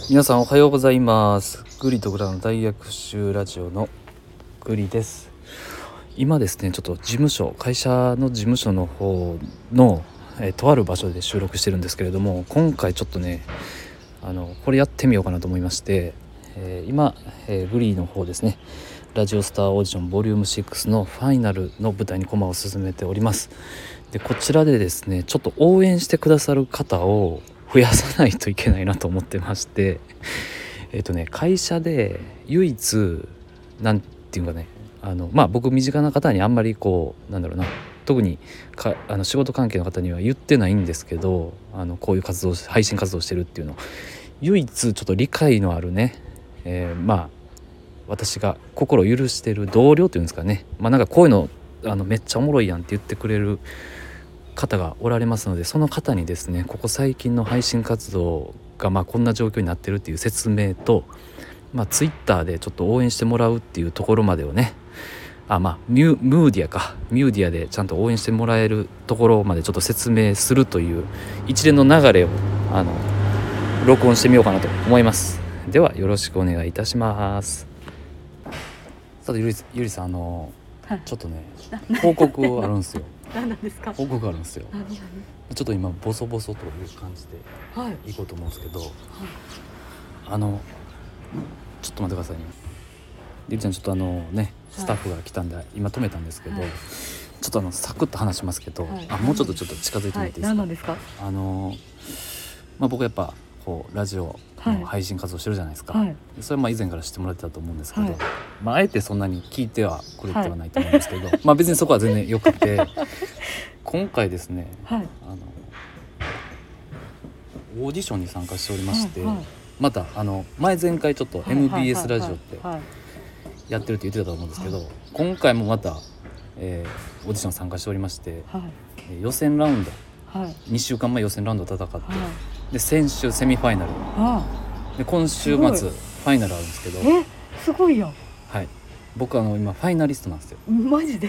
皆さんおはようございます。グリとグラの大学習ラジオのグリです。今ですねちょっと会社の事務所の方の、とある場所で収録してるんですけれども、今回ちょっとねこれやってみようかなと思いまして、今、グリの方ですねラジオスターオーディションボリューム6のファイナルの舞台に駒を進めております。でこちらでですねちょっと応援してくださる方を増やさないといけないなと思ってまして、会社で唯一なんていうかね僕身近な方にあんまり特に仕事関係の方には言ってないんですけど、こういう配信活動してるっていうのを唯一ちょっと理解のあるね、私が心を許してる同僚っていうんですかね、こういうのめっちゃおもろいやんって言ってくれる方がおられますので、その方にですねここ最近の配信活動がこんな状況になってるっていう説明と、ツイッターでちょっと応援してもらうっていうところまでをねミューディアでちゃんと応援してもらえるところまでちょっと説明するという一連の流れを録音してみようかなと思います。ではよろしくお願いいたします。さてゆりさんちょっとね報告あるんですよ。 何なんですか？ 報告あるんですよ。 何ちょっと今ボソボソという感じではい行こうと思うんですけど、ちょっと待ってくださいね。ゆりちゃんちょっとスタッフが来たんで今止めたんですけど、ちょっとサクッと話しますけど、もうちょっと近づいてみていいですか？ 何なんですか？ 僕やっぱこうラジオの配信活動してるじゃないですか、それは以前から知ってもらってたと思うんですけど、あえてそんなに聞いてはくれてはないと思うんですけど、別にそこは全然よくて今回ですね、オーディションに参加しておりまして、また前回ちょっと MBS ラジオってやってるって言ってたと思うんですけど、今回もまた、オーディション参加しておりまして、予選ラウンド、2週間前予選ラウンドを戦って、で先週セミファイナルで今週末ファイナルあるんですけど、 すごいよ。 はい、僕今ファイナリストなんですよ。 マジで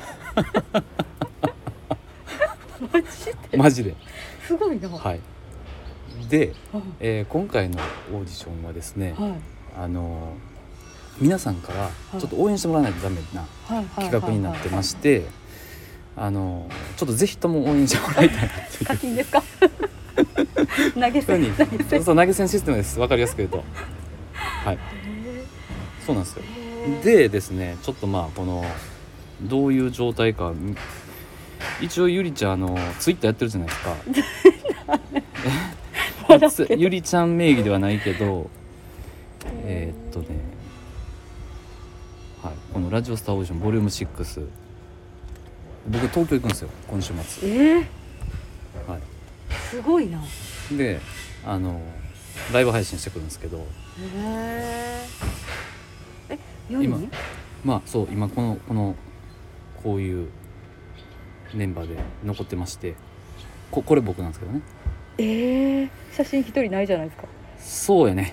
マジですごいな。 はい。で、今回のオーディションはですね、皆さんからちょっと応援してもらわないとダメな企画になってまして、ちょっとぜひとも応援してもらいたいなっていう課金ですか？投げ銭そう投げ銭システムです。わかりやすく言うと、はい、そうなんですよ。でですね、ちょっとこのどういう状態か、一応ゆりちゃんツイッターやってるじゃないですかゆりちゃん名義ではないけどこのラジオスターオーディションボリューム6、僕東京行くんですよ今週末。 すごいな。 でライブ配信してくるんですけど、今今こういうメンバーで残ってまして、これ僕なんですけどね。 写真一人ないじゃないですか。 そうやね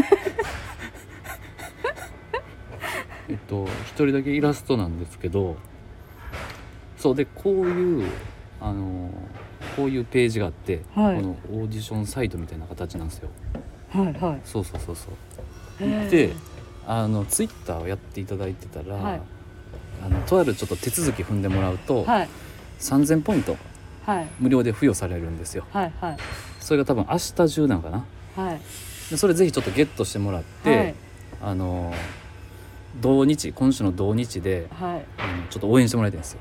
一人だけイラストなんですけど、そうでこういうページがあって、このオーディションサイトみたいな形なんですよ。そうでツイッターをやっていただいてたら、とあるちょっと手続き踏んでもらうと、3000ポイント無料で付与されるんですよ。それが多分明日中なのかな。でそれぜひちょっとゲットしてもらって、今週の同日で、ちょっと応援してもらいたいんですよ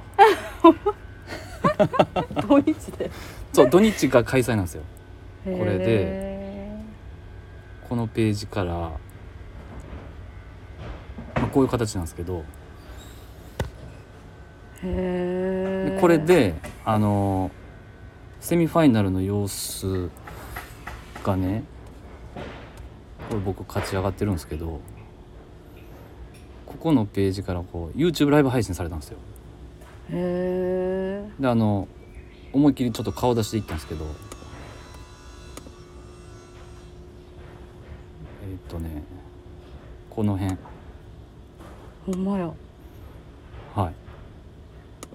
土日でそう土日が開催なんですよ。これでこのページから、こういう形なんですけど、でこれでセミファイナルの様子がね、これ僕勝ち上がってるんですけど、ここのページからこう YouTube ライブ配信されたんですよ。で思いっきりちょっと顔出していったんですけど、この辺ほんまや。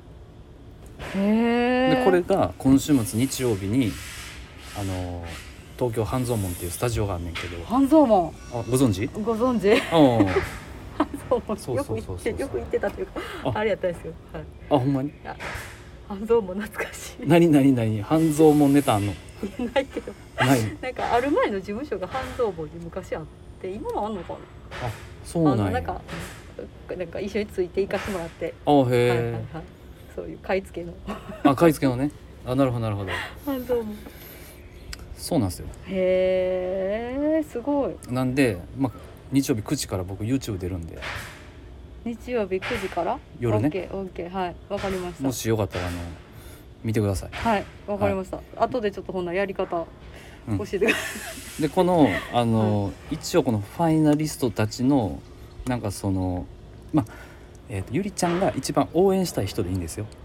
でこれが今週末日曜日に東京半蔵門っていうスタジオがあんねんけど、 半蔵門あご存知？ ご存知？ あ半蔵門そうそうそうそうよく行ってたというかああれやったんですよ、はい、 あほんまに？ 半蔵門懐かしい。 何半蔵門ネタあんの？ ないけどないなんかある前の事務所が半蔵門に昔あって今もあんのかな。 あそうなんや。 なんか一緒について行かせてもらって、 あへえ、 はいはいはい、そういう買い付けのあ買い付けのね。あなるほどなるほど。 半蔵門。 そうなんですよ。 へえすごい。 なんで、まあ、日曜日9時から僕 YouTube 出るんで、 日曜日9時から夜ね。 オッケーはいわかりました。 もしよかったら見てください。 はいわかりました、後でちょっとほんなやり方教えてください、 でこの一応このファイナリストたちのなんかそのまあゆりちゃんが一番応援したい人でいいんですよ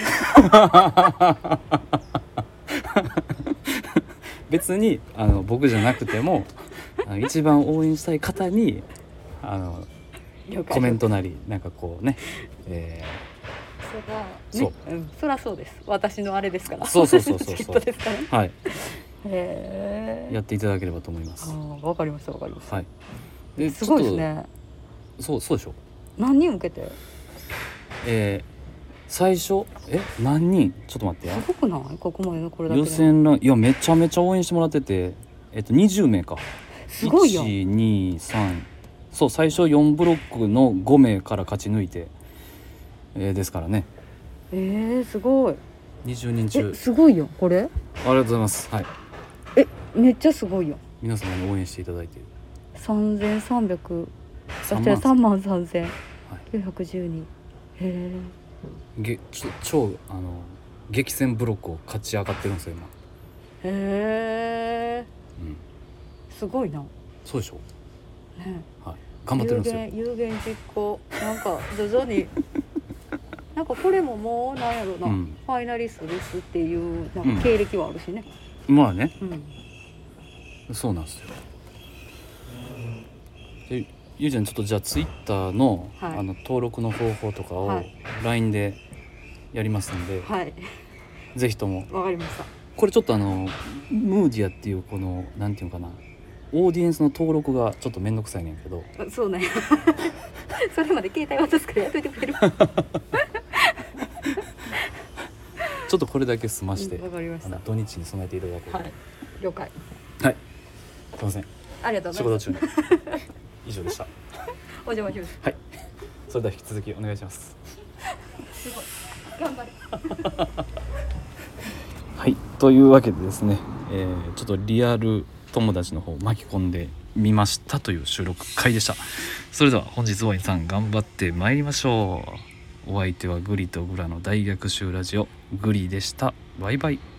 別に僕じゃなくても一番応援したい方にコメントなりなんかこうね、 そう、そらそうです。私のあれですから。 そうチケットですからね。 はいへえ。 やっていただければと思います。 わかりましたわかりました。 はい。 すごいですね。 そうでしょ。 何人受けて？ 最初何人？ちょっと待ってや。 すごくない？ここまでのこれだけで。 予選ランいやめちゃめちゃ応援してもらってて、20名か。 すごいよ。 1、2、3そう最初4ブロックの5名から勝ち抜いて、ですからね。 すごい。 20人中。 すごいよこれ。 ありがとうございます。はい。 めっちゃすごいよ。 皆様に応援していただいて。 3300。3万3912。へえ。 超激戦ブロックを勝ち上がってるんですよ今。 へえ。すごいな。 そうでしょ。 ね。 はい。頑張ってるんですよ。 有言実行なんか徐々になんかこれももうなんやろな、ファイナリストですっていうなんか経歴はあるしね。 まあね。そうなんですよ。でゆうちゃんちょっとじゃあツイッターの、登録の方法とかを LINE でやりますんで、ぜひとも。 わかりました。 これちょっとムーディアっていうこのなんていうのかなオーディエンスの登録がちょっとめんどくさいねんけど。 そうねそれまで携帯渡すからやっといてくれるちょっとこれだけ済まして、 わかりました。 土日に備えていただければ。 了解。 はいすいませんありがとうございます。 仕事中に以上でしたお邪魔します。 はい、それでは引き続きお願いします。 すごい頑張るはい、というわけでですね、ちょっとリアル友達の方を巻き込んでみましたという収録回でした。それでは本日ワインさん頑張ってまいりましょう。お相手はグリとグラの大逆襲ラジオグリでした。バイバイ。